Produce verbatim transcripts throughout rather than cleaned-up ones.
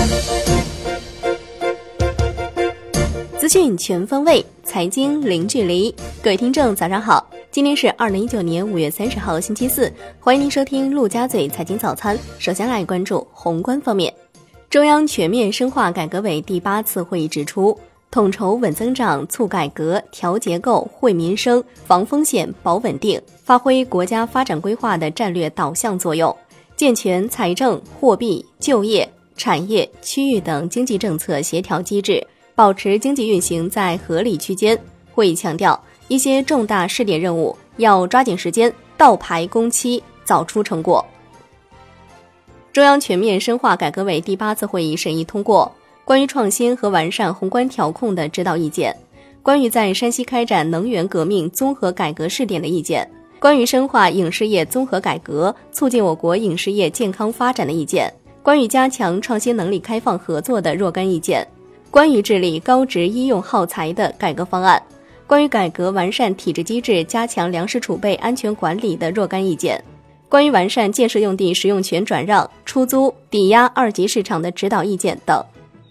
资讯全方位，财经零距离。各位听众早上好，今天是二零一九年五月三十号星期四，欢迎您收听陆家嘴财经早餐。首先来关注宏观方面，中央全面深化改革委第八次会议指出，统筹稳增长、促改革、调结构、惠民生、防风险、保稳定，发挥国家发展规划的战略导向作用，健全财政、货币、就业、产业、区域等经济政策协调机制，保持经济运行在合理区间。会议强调，一些重大试点任务要抓紧时间，倒排工期，早出成果。中央全面深化改革委第八次会议审议通过关于创新和完善宏观调控的指导意见，关于在山西开展能源革命综合改革试点的意见，关于深化影视业综合改革，促进我国影视业健康发展的意见，关于加强创新能力开放合作的若干意见，关于治理高值医用耗材的改革方案，关于改革完善体制机制加强粮食储备安全管理的若干意见，关于完善建设用地使用权转让、出租、抵押二级市场的指导意见等。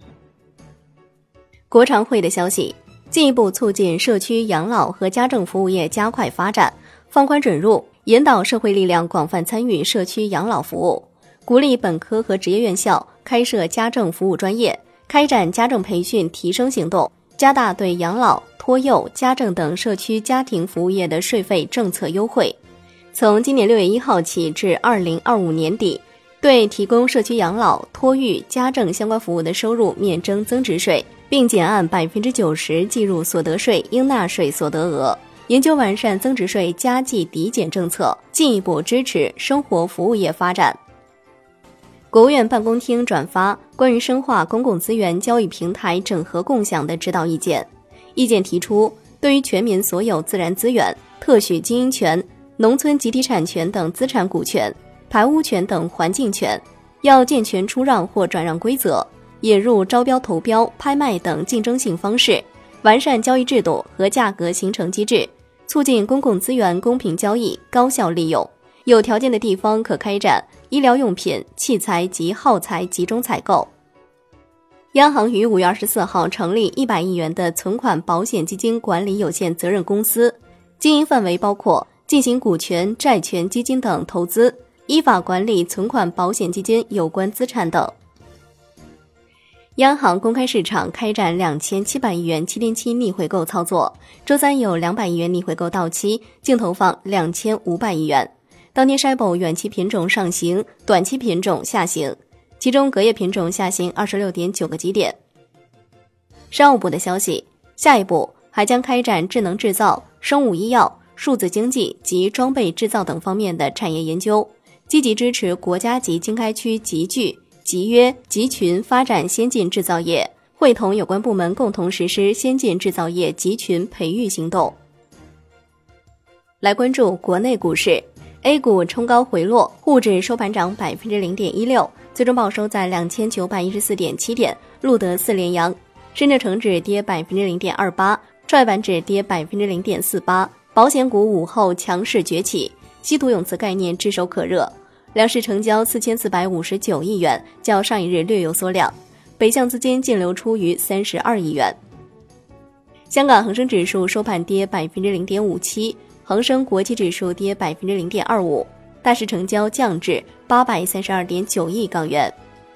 国常会的消息，进一步促进社区养老和家政服务业加快发展，放宽准入，引导社会力量广泛参与社区养老服务，鼓励本科和职业院校开设家政服务专业，开展家政培训提升行动，加大对养老、托幼、家政等社区家庭服务业的税费政策优惠。从今年六月一号起至二零二五年底，对提供社区养老、托育、家政相关服务的收入免征增值税，并减按百分之九十计入所得税应纳税所得额。研究完善增值税加计抵减政策，进一步支持生活服务业发展。国务院办公厅转发关于深化公共资源交易平台整合共享的指导意见，意见提出，对于全民所有自然资源、特许经营权、农村集体产权等资产股权、排污权等环境权，要健全出让或转让规则，引入招标投标、拍卖等竞争性方式，完善交易制度和价格形成机制，促进公共资源公平交易、高效利用。有条件的地方可开展医疗用品、器材及耗材集中采购。央行于五月二十四号成立一百亿元的存款保险基金管理有限责任公司，经营范围包括进行股权、债权基金等投资，依法管理存款保险基金有关资产等。央行公开市场开展两千七百亿元七天期逆回购操作，周三有两百亿元逆回购到期，净投放两千五百亿元。当天 S H I B O 远期品种上行，短期品种下行，其中隔夜品种下行 二十六点九个基点。商务部的消息，下一步还将开展智能制造、生物医药、数字经济及装备制造等方面的产业研究，积极支持国家级经开区集聚、集约、集群发展先进制造业，会同有关部门共同实施先进制造业集群培育行动。来关注国内股市， A 股冲高回落，沪指收盘涨 百分之零点一六， 最终报收在 两千九百一十四点七点，录得四连阳。深圳成指跌 百分之零点二八， 创业板指跌 百分之零点四八。保险股午后强势崛起，稀土永磁概念炙手可热，两市成交四千四百五十九亿元，较上一日略有缩量，北向资金净流出逾三十二亿元。香港恒生指数收盘跌 百分之零点五七， 恒生国际指数跌 百分之零点二五， 大市成交降至 八百三十二点九亿港元。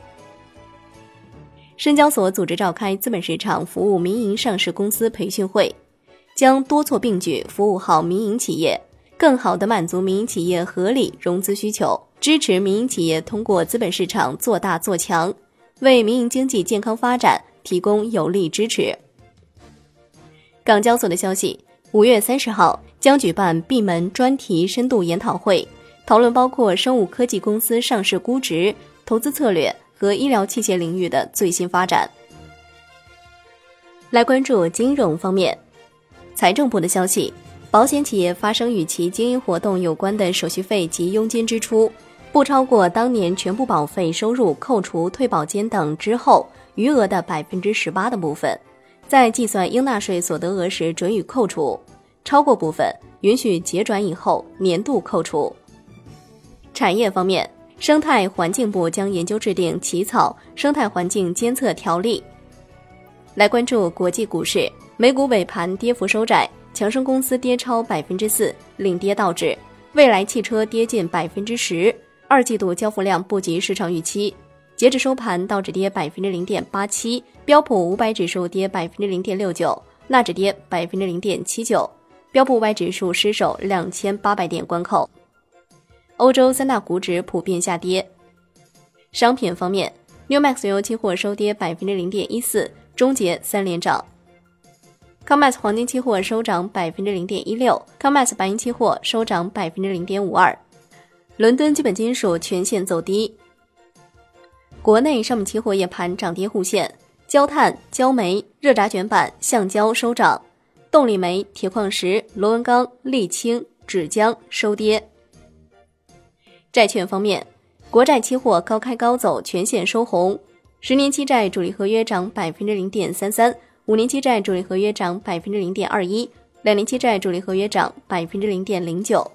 深交所组织召开资本市场服务民营上市公司培训会，将多措并举服务好民营企业，更好地满足民营企业合理融资需求，支持民营企业通过资本市场做大做强，为民营经济健康发展提供有力支持。港交所的消息，五月三十号将举办闭门专题深度研讨会，讨论包括生物科技公司上市估值、投资策略和医疗器械领域的最新发展。来关注金融方面，财政部的消息，保险企业发生与其经营活动有关的手续费及佣金支出，不超过当年全部保费收入扣除退保金等之后余额的 百分之十八 的部分，在计算应纳税所得额时准予扣除，超过部分允许结转以后年度扣除。产业方面， 生态环境部将研究制定起草生态环境监测条例。来关注国际股市，美股尾盘跌幅收窄，强生公司跌超百分之四，领跌道指；蔚来汽车跌近百分之十，二季度交付量不及市场预期。截至收盘，道指跌百分之零点八七，标普五百指数跌百分之零点六九，纳指跌百分之零点七九，标普五百指数失守两千八百点关口。欧洲三大股指普遍下跌。商品方面 ，Newmax 原油期货收跌百分之零点一四，终结三连涨。COMEX 黄金期货收涨百分之零点一六 ，COMEX 白银期货收涨百分之零点五二。伦敦基本金属全线走低。国内商品期货夜盘涨跌互现，焦炭、焦煤、热轧卷板、橡胶收涨，动力煤、铁矿石、螺纹钢、沥青、纸浆收跌。债券方面，国债期货高开高走，全线收红。十年期债主力合约涨百分之零点三三，五年期债主力合约涨百分之零点二一，两年期债主力合约涨百分之零点零九。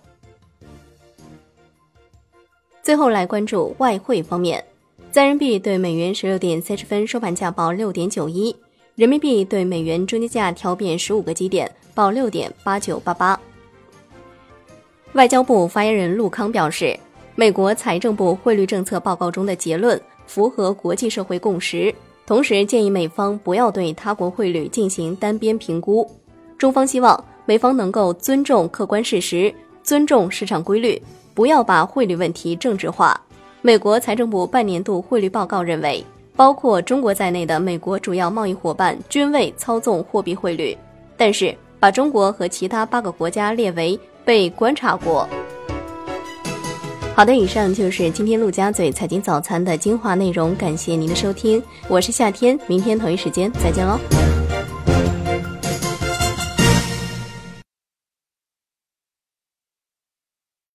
最后来关注外汇方面，在人民币对美元十六点三十分收盘价报六点九一，人民币对美元中间价调变十五个基点，报六点八九八八。外交部发言人陆康表示，美国财政部汇率政策报告中的结论符合国际社会共识，同时建议美方不要对他国汇率进行单边评估。中方希望美方能够尊重客观事实，尊重市场规律，不要把汇率问题政治化。美国财政部半年度汇率报告认为，包括中国在内的美国主要贸易伙伴均未操纵货币汇率，但是把中国和其他八个国家列为被观察国。好的，以上就是今天陆家嘴财经早餐的精华内容，感谢您的收听，我是夏天，明天同一时间再见喽。